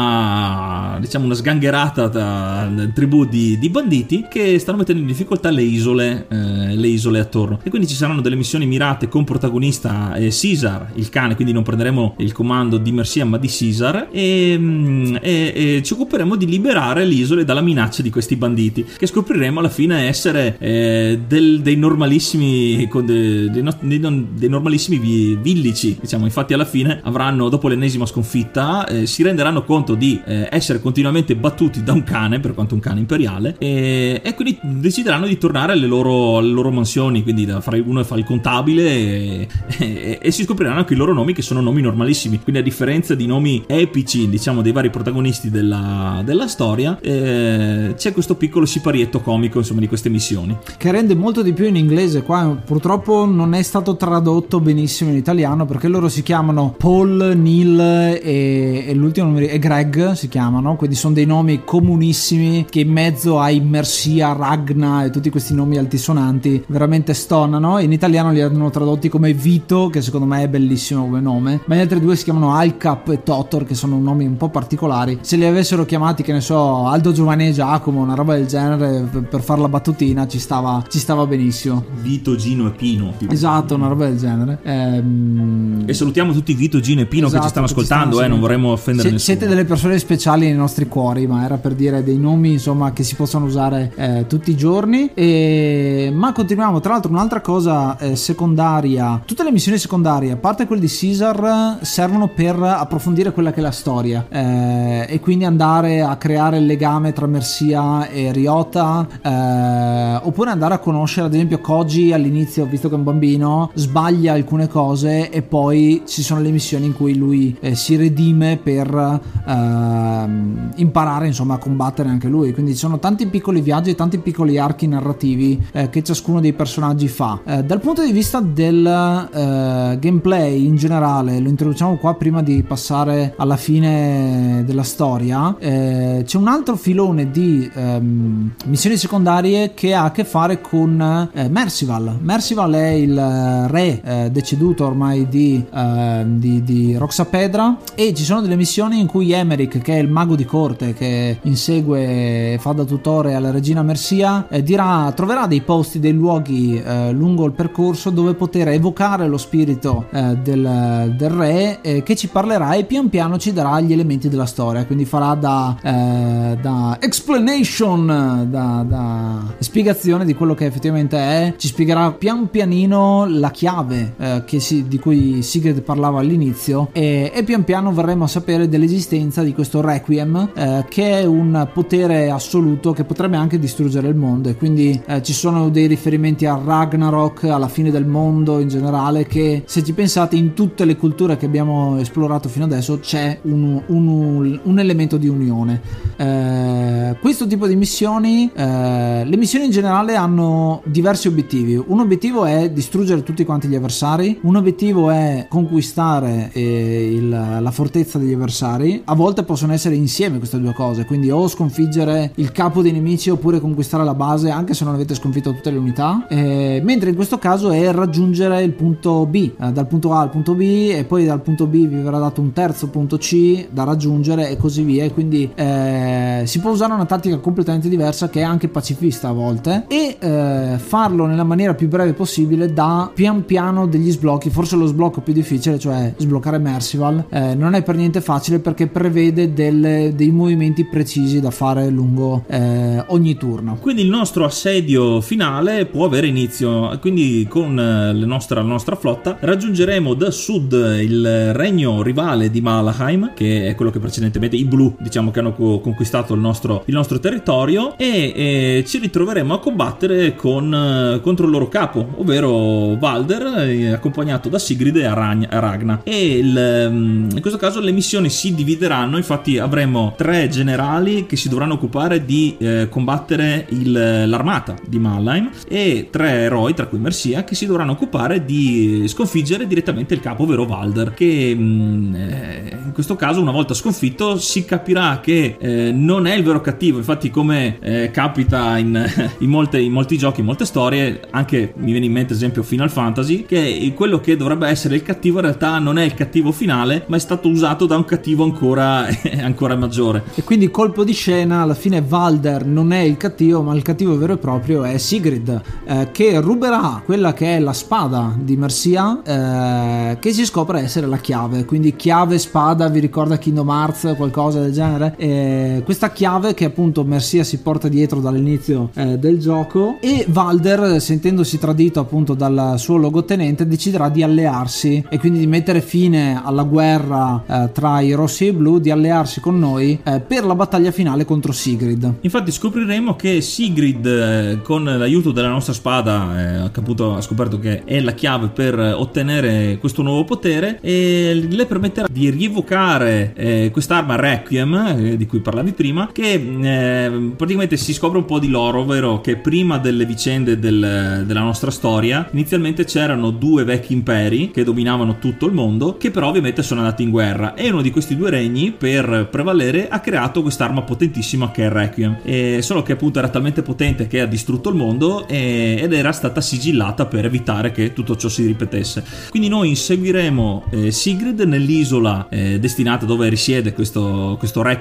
una, diciamo, una sgangherata da, da tribù di, di banditi che stanno mettendo in difficoltà le isole, eh, le isole attorno, e quindi ci saranno delle missioni mirate con protagonista eh, Caesar, il cane, quindi non prenderemo il comando di Mercia ma di Caesar, e, e, e ci occuperemo di liberare le isole dalla minaccia di questi banditi, che scopriremo alla fine essere eh, del, dei normalissimi dei, dei, dei normalissimi villici, diciamo. Infatti alla fine avranno, dopo l'ennesima sconfitta, eh, si renderanno conto di eh, essere continuamente battuti da un cane, per quanto un cane imperiale, e, e quindi decideranno di tornare alle loro, alle loro mansioni, quindi da fare uno fa il contabile e, e, e si scopriranno anche i loro nomi, che sono nomi normalissimi. Quindi a differenza di nomi epici, diciamo, dei vari protagonisti della, della storia, eh, c'è questo piccolo siparietto comico, insomma, di queste missioni, che rende molto di più in inglese. Qua purtroppo non è stato tradotto benissimo in italiano, perché loro si chiamano Paul, Neil e, e l'ultimo nome è Greg, si chiamano, quindi sono dei nomi comunissimi che in mezzo ai Mercia, Ragna e tutti questi nomi altisonanti veramente stonano. In italiano li hanno tradotti come Vito, che secondo me è bellissimo come nome, ma gli altri due si chiamano Alcap e Totor, che sono nomi un po' particolari. Se li avessero chiamati, che ne so, so, Aldo, Giovanni e Giacomo, una roba del genere, per, per fare la battutina ci stava, ci stava benissimo. Vito, Gino e Pino. Esatto, una roba del genere. Ehm... E salutiamo tutti Vito, Gino e Pino, esatto, che ci stanno ascoltando, ci stanno, eh, non vorremmo offendere Se, nessuno. Siete delle persone speciali nei nostri cuori, ma era per dire dei nomi, insomma, che si possono usare eh, tutti i giorni. E... ma continuiamo. Tra l'altro, un'altra cosa eh, secondaria, tutte le missioni secondarie, a parte quelle di Caesar, servono per approfondire quella che è la storia, eh, e quindi andare a creare il legame tra Mercia e Ryota, eh, oppure andare a conoscere ad esempio Koji all'inizio, visto che è un bambino, sbaglia alcune cose e poi ci sono le missioni in cui lui eh, si redime per eh, imparare, insomma, a combattere anche lui. Quindi ci sono tanti piccoli viaggi e tanti piccoli archi narrativi eh, che ciascuno dei personaggi fa. Eh, dal punto di vista del eh, gameplay in generale, lo introduciamo qua prima di passare alla fine della storia. Eh, c'è un altro filone di ehm, missioni secondarie che ha a che fare con eh, Mercival. Mercival è il re eh, deceduto ormai di, eh, di, di Roxapedra, e ci sono delle missioni in cui Emeric, che è il mago di corte che insegue e fa da tutore alla regina Mercia, eh, dirà, troverà dei posti, dei luoghi eh, lungo il percorso dove poter evocare lo spirito eh, del, del re, eh, che ci parlerà e pian piano ci darà gli elementi della storia. Quindi farà da, eh, da explanation, da, da spiegazione di quello che effettivamente è, ci spiegherà pian pianino la chiave eh, che si, di cui Sigrid parlava all'inizio, e, e pian piano verremo a sapere dell'esistenza di questo Requiem, eh, che è un potere assoluto che potrebbe anche distruggere il mondo. E quindi eh, ci sono dei riferimenti a Ragnarok, alla fine del mondo in generale, che se ci pensate in tutte le culture che abbiamo esplorato fino adesso c'è un, un, un elemento di unione. Eh, questo tipo di missioni, eh, le missioni in generale hanno diversi obiettivi. Un obiettivo è distruggere tutti quanti gli avversari, un obiettivo è conquistare eh, il, la fortezza degli avversari. A volte possono essere insieme queste due cose, quindi o sconfiggere il capo dei nemici oppure conquistare la base anche se non avete sconfitto tutte le unità, eh, mentre in questo caso è raggiungere il punto B, eh, dal punto A al punto B, e poi dal punto B vi verrà dato un terzo punto C da raggiungere e così via. E quindi eh, si può usare una tattica completamente diversa che è anche pacifista a volte, e eh, farlo nella maniera più breve possibile dà pian piano degli sblocchi. Forse lo sblocco più difficile, cioè sbloccare Mercival, eh, non è per niente facile perché prevede delle, dei movimenti precisi da fare lungo eh, ogni turno. Quindi il nostro assedio finale può avere inizio, quindi con la nostra, la nostra flotta raggiungeremo da sud il regno rivale di Malahim, che è quello che precedentemente i blu, diciamo, che hanno co- conquistato il nostro, il nostro territorio, e, e ci ritroveremo a combattere con, contro il loro capo, ovvero Valder, eh, accompagnato da Sigrid e Aragn- Ragna. E il, in questo caso le missioni si divideranno, infatti avremo tre generali che si dovranno occupare di eh, combattere il, l'armata di Malahim, e tre eroi, tra cui Mercia, che si dovranno occupare di sconfiggere direttamente il capo, ovvero Valder, che mh, eh, in questo caso, una volta sconfitto, si capirà che eh, non è il vero cattivo. Infatti, come eh, capita in, in, molte, in molti giochi, in molte storie, anche mi viene in mente ad esempio Final Fantasy, che quello che dovrebbe essere il cattivo in realtà non è il cattivo finale, ma è stato usato da un cattivo ancora, ancora maggiore. E quindi colpo di scena, alla fine Valder non è il cattivo, ma il cattivo vero e proprio è Sigrid, eh, che ruberà quella che è la spada di Mercia, eh, che si scopre essere la chiave. Quindi chiave, spada, vi ricorda Kingdom Hearts, qualcosa del genere? Eh, questa chiave che appunto Mercia si porta dietro dall'inizio eh, del gioco, e Valder, sentendosi tradito appunto dal suo logotenente, deciderà di allearsi e quindi di mettere fine alla guerra eh, tra i rossi e i blu, di allearsi con noi eh, per la battaglia finale contro Sigrid. Infatti scopriremo che Sigrid, eh, con l'aiuto della nostra spada, eh, che appunto ha scoperto che è la chiave per ottenere questo nuovo potere, e le permetterà di rievocare eh, quest'arma Requiem, eh, di cui parlavi prima, che eh, praticamente si scopre un po' di lore, ovvero che prima delle vicende del, della nostra storia, inizialmente c'erano due vecchi imperi che dominavano tutto il mondo, che però ovviamente sono andati in guerra, e uno di questi due regni, per prevalere, ha creato quest'arma potentissima che è Requiem, e solo che appunto era talmente potente che ha distrutto il mondo, e, ed era stata sigillata per evitare che tutto ciò si ripetesse. Quindi noi inseguiremo eh, Sigrid nell'isola eh, destinata dove risiede questo, questo Requiem dormiente,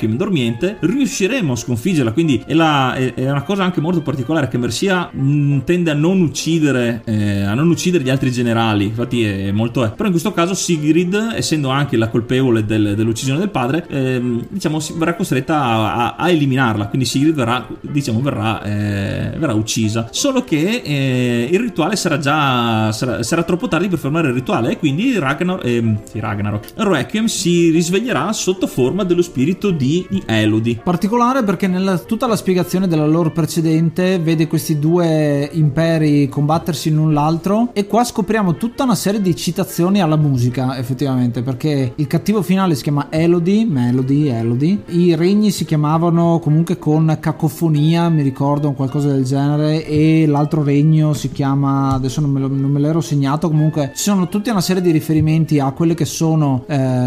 niente, riusciremo a sconfiggerla. Quindi è, la, è, è una cosa anche molto particolare che Mercia mh, tende a non uccidere eh, a non uccidere gli altri generali, infatti è molto è. Però in questo caso Sigrid, essendo anche la colpevole del, dell'uccisione del padre, ehm, diciamo si verrà costretta a, a, a eliminarla, quindi Sigrid verrà, diciamo, verrà, eh, verrà uccisa. Solo che eh, il rituale sarà già sarà, sarà troppo tardi per fermare il rituale, e quindi Ragnarok, eh, sì, Ragnarok Requiem si risveglierà sotto forma dello spirito di, di Elodie. Particolare perché nella tutta la spiegazione della lore precedente vede questi due imperi combattersi l'un l'altro, e qua scopriamo tutta una serie di citazioni alla musica, effettivamente, perché il cattivo finale si chiama Elodie, Melody, Elodie, i regni si chiamavano comunque con cacofonia, mi ricordo, qualcosa del genere, e l'altro regno si chiama, adesso non me, lo, non me l'ero segnato, comunque ci sono tutta una serie di riferimenti a quelle che sono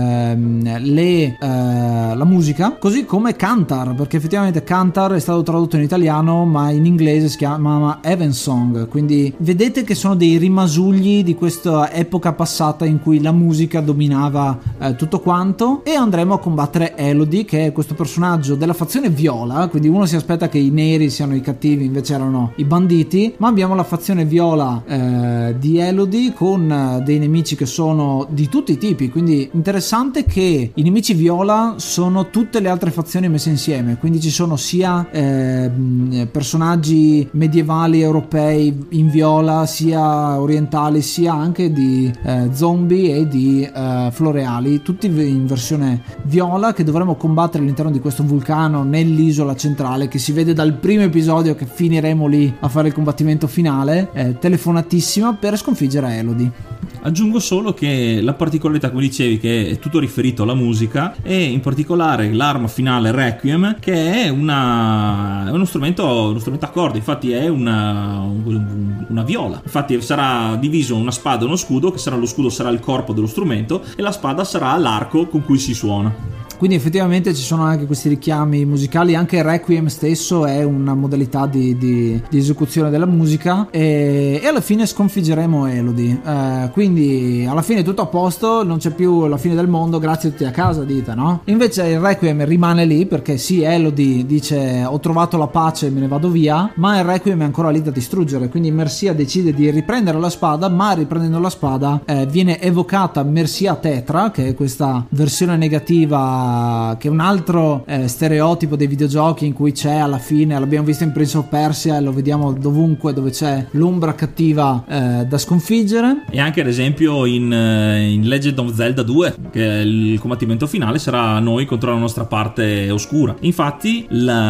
ehm, le eh, la musica, così come Cantar, perché effettivamente Cantar è stato tradotto in italiano ma in inglese si chiama Evensong, quindi vedete che sono dei rimasugli di questa epoca passata in cui la musica dominava eh, tutto quanto. E andremo a combattere Elodie, che è questo personaggio della fazione viola, quindi uno si aspetta che i neri siano i cattivi, invece erano i banditi, ma abbiamo la fazione viola eh, di Elodie con dei nemici che sono di tutti i tipi, quindi interessante che i nemici viola sono tutte le altre fazioni messe insieme, quindi ci sono sia eh, personaggi medievali europei in viola, sia orientali, sia anche di eh, zombie e di eh, floreali, tutti in versione viola, che dovremo combattere all'interno di questo vulcano nell'isola centrale, che si vede dal primo episodio che finiremo lì a fare il combattimento finale, eh, telefonatissima, per sconfiggere Elodie. Aggiungo solo che la particolarità, come dicevi, che è tutto riferito alla musica, e in particolare l'arma finale Requiem, che è, una, è uno strumento uno strumento a corde, infatti è una, una viola, infatti sarà diviso una spada e uno scudo, che sarà lo scudo sarà il corpo dello strumento e la spada sarà l'arco con cui si suona. Quindi effettivamente ci sono anche questi richiami musicali, anche Requiem stesso è una modalità di, di, di esecuzione della musica, e, e alla fine sconfiggeremo Elodie, eh, quindi alla fine tutto a posto, non c'è più la fine del mondo, grazie a tutti a casa, dite, no? Invece il Requiem rimane lì, perché sì, Elodie dice ho trovato la pace e me ne vado via, ma il Requiem è ancora lì da distruggere, quindi Mercia decide di riprendere la spada, ma riprendendo la spada eh, viene evocata Mercia Tetra, che è questa versione negativa, che è un altro eh, stereotipo dei videogiochi in cui c'è alla fine, l'abbiamo visto in Prince of Persia e lo vediamo dovunque dove c'è l'ombra cattiva eh, da sconfiggere, e anche ad esempio in, in Legend of Zelda due, che il combattimento finale sarà noi contro la nostra parte oscura. Infatti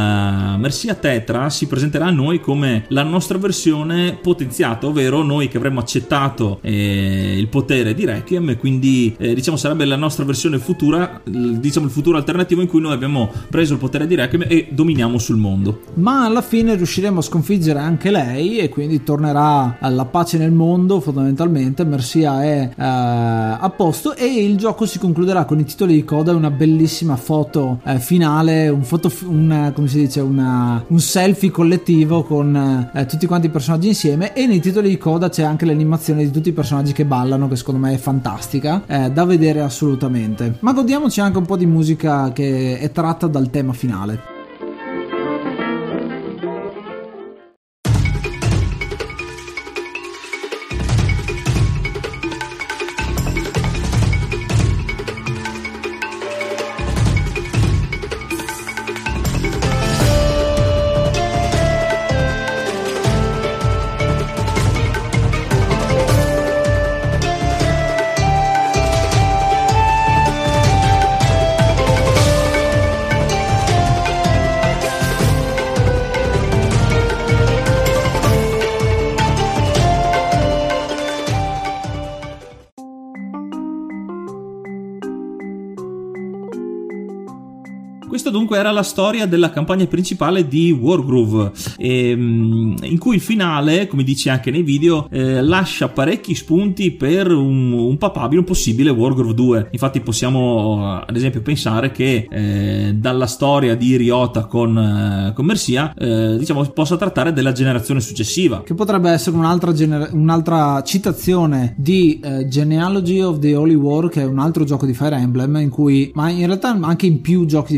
la Mercia Tetra si presenterà a noi come la nostra versione potenziata, ovvero noi che avremmo accettato eh, il potere di Requiem, e quindi eh, diciamo sarebbe la nostra versione futura, diciamo il futuro alternativo in cui noi abbiamo preso il potere di Requiem e dominiamo sul mondo. Ma alla fine riusciremo a sconfiggere anche lei, e quindi tornerà alla pace nel mondo, fondamentalmente Mercia è eh, a posto, e il gioco si concluderà con i titoli di coda e una bellissima foto eh, finale, un foto una, come si dice una, un selfie collettivo con eh, tutti quanti i personaggi insieme, e nei titoli di coda c'è anche l'animazione di tutti i personaggi che ballano, che secondo me è fantastica, eh, da vedere assolutamente. Ma godiamoci anche un po' di musica che è tratta dal tema finale. Questo dunque era la storia della campagna principale di Wargroove, ehm, in cui il finale, come dice anche nei video, eh, lascia parecchi spunti per un, un papabile, un possibile Wargroove due. Infatti possiamo ad esempio pensare che eh, dalla storia di Ryota con, eh, con Mercia eh, diciamo possa trattare della generazione successiva, che potrebbe essere un'altra, gener- un'altra citazione di eh, Genealogy of the Holy War, che è un altro gioco di Fire Emblem, in cui, ma in realtà anche in più giochi di Fire Emblem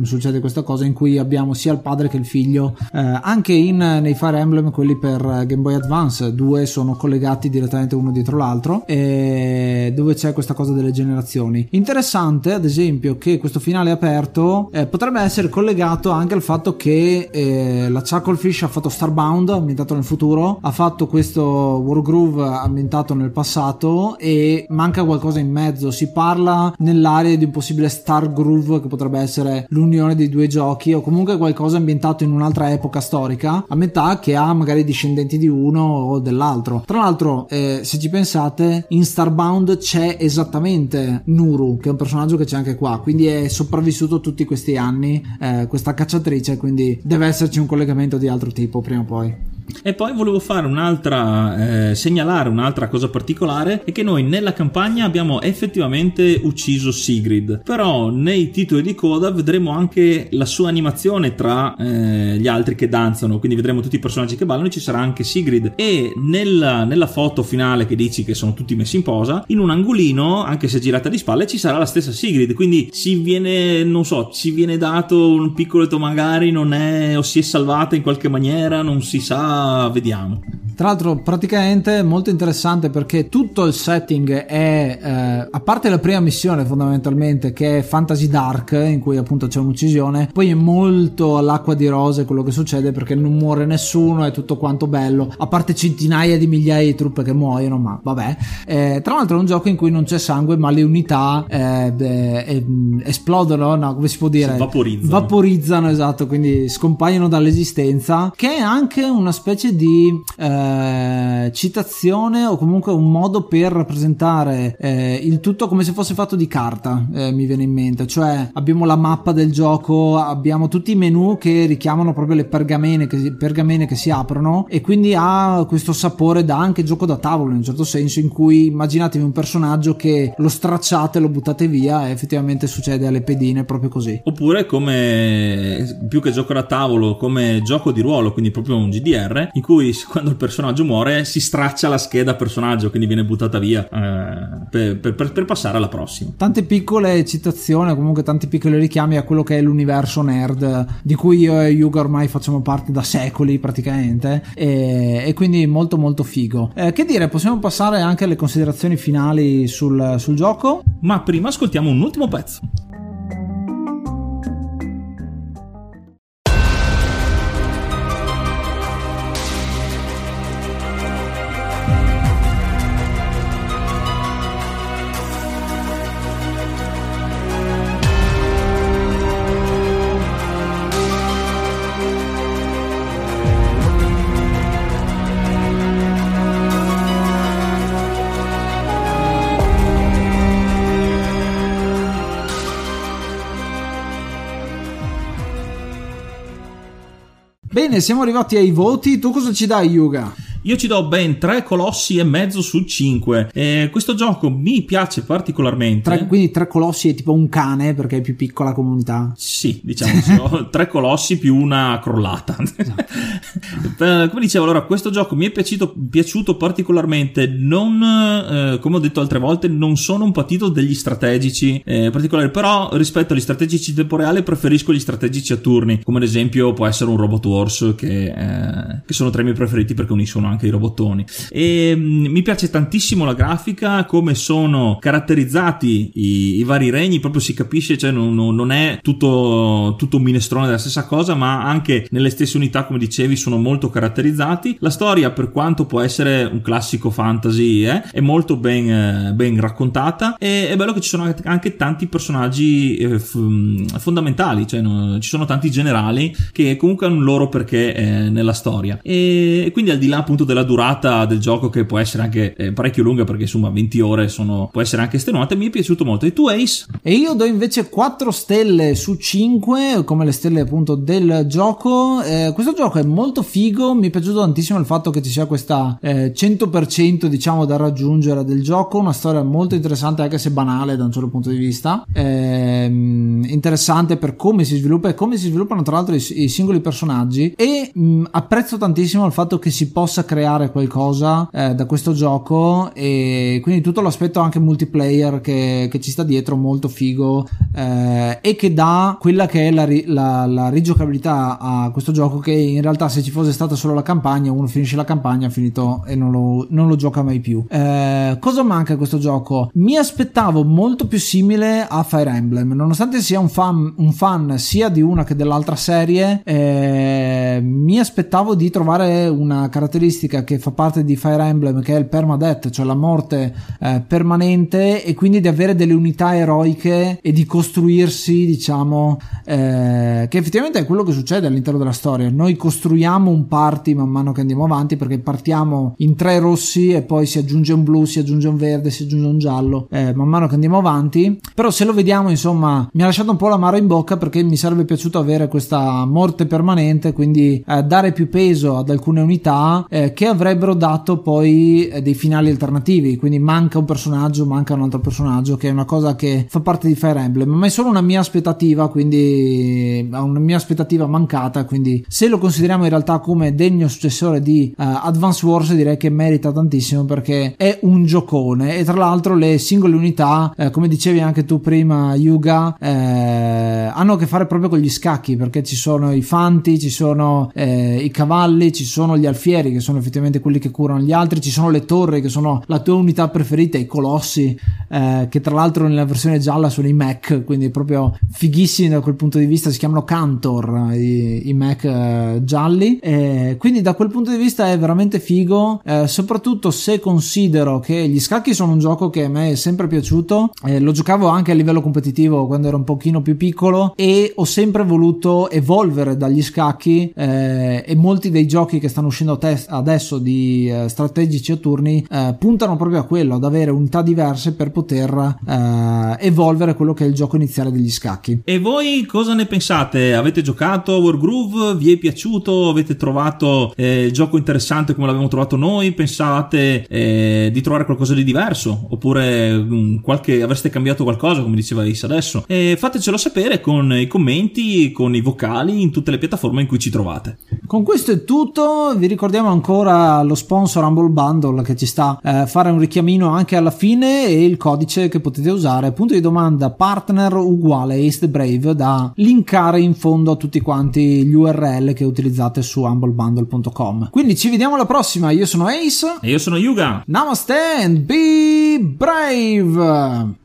Emblem succede questa cosa in cui abbiamo sia il padre che il figlio, eh, anche in, nei Fire Emblem quelli per Game Boy Advance, due sono collegati direttamente uno dietro l'altro, e dove c'è questa cosa delle generazioni. Interessante ad esempio che questo finale aperto eh, potrebbe essere collegato anche al fatto che eh, la Chucklefish ha fatto Starbound ambientato nel futuro, ha fatto questo Wargroove ambientato nel passato, e manca qualcosa in mezzo. Si parla nell'area di un possibile Star Groove che potrebbe essere l'unione dei due giochi, o comunque qualcosa ambientato in un'altra epoca storica a metà, che ha magari discendenti di uno o dell'altro. Tra l'altro eh, se ci pensate, in Starbound c'è esattamente Nuru, che è un personaggio che c'è anche qua, quindi è sopravvissuto tutti questi anni eh, questa cacciatrice, quindi deve esserci un collegamento di altro tipo prima o poi. E poi volevo fare un'altra eh, segnalare un'altra cosa particolare, è che noi nella campagna abbiamo effettivamente ucciso Sigrid, però nei titoli di coda vedremo anche la sua animazione tra eh, gli altri che danzano, quindi vedremo tutti i personaggi che ballano e ci sarà anche Sigrid, e nella, nella foto finale che dici che sono tutti messi in posa, in un angolino, anche se girata di spalle, ci sarà la stessa Sigrid, quindi si viene, non so, ci viene dato un piccolo detto magari non è, o si è salvata in qualche maniera, non si sa, vediamo. Tra l'altro praticamente molto interessante, perché tutto il setting è eh, a parte la prima missione fondamentalmente, che è Fantasy Dark, in cui appunto c'è un'uccisione, poi è molto all'acqua di rose quello che succede, perché non muore nessuno, è tutto quanto bello, a parte centinaia di migliaia di truppe che muoiono, ma vabbè. Eh, tra l'altro è un gioco in cui non c'è sangue, ma le unità eh, eh, esplodono, no, come si può dire? Si vaporizzano. Vaporizzano, esatto, quindi scompaiono dall'esistenza, che è anche una specie di eh, citazione, o comunque un modo per rappresentare eh, il tutto come se fosse fatto di carta, eh, mi viene in mente. Cioè abbiamo la mappa del gioco, abbiamo tutti i menu che richiamano proprio le pergamene che, pergamene che si aprono, e quindi ha questo sapore da anche gioco da tavolo in un certo senso, in cui immaginatevi un personaggio che lo stracciate, lo buttate via, e effettivamente succede alle pedine proprio così. Oppure come, più che gioco da tavolo, come gioco di ruolo, quindi proprio un G D R, in cui quando il personaggio muore si straccia la scheda personaggio, quindi viene buttata via eh, per, per, per passare alla prossima. Tante piccole citazioni, comunque tanti piccoli richiami a quello che è l'universo nerd di cui io e Yuga ormai facciamo parte da secoli praticamente, e, e quindi molto molto figo. Eh, che dire, possiamo passare anche alle considerazioni finali sul, sul gioco, ma prima ascoltiamo un ultimo pezzo. Bene, siamo arrivati ai voti. Tu cosa ci dai, Yuga? Io ci do ben tre colossi e mezzo su cinque. Eh, questo gioco mi piace particolarmente. Tre, quindi tre colossi è tipo un cane, perché è più piccola comunità. Sì, diciamo so, tre colossi più una crollata. Come dicevo, allora, questo gioco mi è piaciuto, piaciuto particolarmente. Non, eh, come ho detto altre volte, non sono un patito degli strategici eh, particolari, però rispetto agli strategici in tempo reale preferisco gli strategici a turni, come ad esempio può essere un Robot Wars, che, eh, che sono tra i miei preferiti perché uniscono anche i robottoni. E mh, mi piace tantissimo la grafica, come sono caratterizzati i, i vari regni, proprio si capisce, cioè non, non è tutto, tutto un minestrone della stessa cosa, ma anche nelle stesse unità, come dicevi, sono molto caratterizzati. La storia, per quanto può essere un classico fantasy, eh, è molto ben, eh, ben raccontata, e è bello che ci sono anche tanti personaggi eh, f- fondamentali, cioè no, ci sono tanti generali che comunque hanno un loro perché eh, nella storia, e quindi al di là appunto della durata del gioco, che può essere anche eh, parecchio lunga, perché insomma venti ore sono, può essere anche estenuante, mi è piaciuto molto. E tu, Ace? E io do invece quattro stelle su cinque, come le stelle appunto del gioco. Eh, questo gioco è molto figo, mi è piaciuto tantissimo il fatto che ci sia questa eh, cento per cento diciamo da raggiungere del gioco, una storia molto interessante anche se banale da un certo punto di vista, eh, interessante per come si sviluppa e come si sviluppano tra l'altro i, i singoli personaggi, e mh, apprezzo tantissimo il fatto che si possa creare qualcosa eh, da questo gioco, e quindi tutto l'aspetto anche multiplayer che, che ci sta dietro molto figo, eh, e che dà quella che è la, la, la rigiocabilità a questo gioco, che in realtà se ci fosse stata solo la campagna, uno finisce la campagna, finito e non lo, non lo gioca mai più. Eh, cosa manca a questo gioco? Mi aspettavo molto più simile a Fire Emblem, nonostante sia un fan, un fan sia di una che dell'altra serie. Eh, mi aspettavo di trovare una caratteristica che fa parte di Fire Emblem, che è il permadeath, cioè la morte eh, permanente, e quindi di avere delle unità eroiche e di costruirsi, diciamo, eh, che effettivamente è quello che succede all'interno della storia. Noi costruiamo un party man mano che andiamo avanti, perché partiamo in tre rossi e poi si aggiunge un blu, si aggiunge un verde, si aggiunge un giallo eh, man mano che andiamo avanti. Però se lo vediamo, insomma, mi ha lasciato un po' l'amaro in bocca, perché mi sarebbe piaciuto avere questa morte permanente, quindi eh, dare più peso ad alcune unità eh, che avrebbero dato poi eh, dei finali alternativi. Quindi manca un personaggio, manca un altro personaggio, che è una cosa che fa parte di Fire Emblem, ma è solo una mia aspettativa, quindi una mia aspettativa mancata. Quindi se lo consideriamo in realtà come degno successore di uh, Advance Wars, direi che merita tantissimo, perché è un giocone. E tra l'altro le singole unità, eh, come dicevi anche tu prima Yuga, eh, hanno a che fare proprio con gli scacchi, perché ci sono i fanti, ci sono eh, i cavalli, ci sono gli alfieri, che sono effettivamente quelli che curano gli altri, ci sono le torri, che sono la tua unità preferita, i colossi, eh, che tra l'altro nella versione gialla sono i mech, quindi proprio fighissimi da quel punto di vista. Si chiamano Cantor i, i mech eh, gialli, eh, quindi da quel punto di vista è veramente figo, eh, soprattutto se considero che gli scacchi sono un gioco che a me è sempre piaciuto. Eh, lo giocavo anche a livello competitivo quando ero un pochino più piccolo, e ho sempre voluto evolvere dagli scacchi, eh, e molti dei giochi che stanno uscendo te- adesso di eh, strategici a turni eh, puntano proprio a quello, ad avere unità diverse per poter eh, evolvere quello che è il gioco iniziale degli scacchi. E voi cosa ne pensate? Avete giocato a Wargroove? Vi è piaciuto? Avete trovato eh, il gioco interessante come l'abbiamo trovato noi? Pensate eh, di trovare qualcosa di diverso? Oppure mh, qualche, avreste cambiato qualcosa, come diceva Is adesso? E fatecelo sapere con i commenti, con i vocali, in tutte le piattaforme in cui ci trovate. Con questo è tutto. Vi ricordiamo ancora lo sponsor Humble Bundle, che ci sta a eh, fare un richiamino anche alla fine, e il codice che potete usare, punto di domanda partner uguale Ace the Brave, da linkare in fondo a tutti quanti gli U R L che utilizzate su humble bundle punto com. Quindi ci vediamo alla prossima. Io sono Ace e io sono Yuga. Namaste and be brave.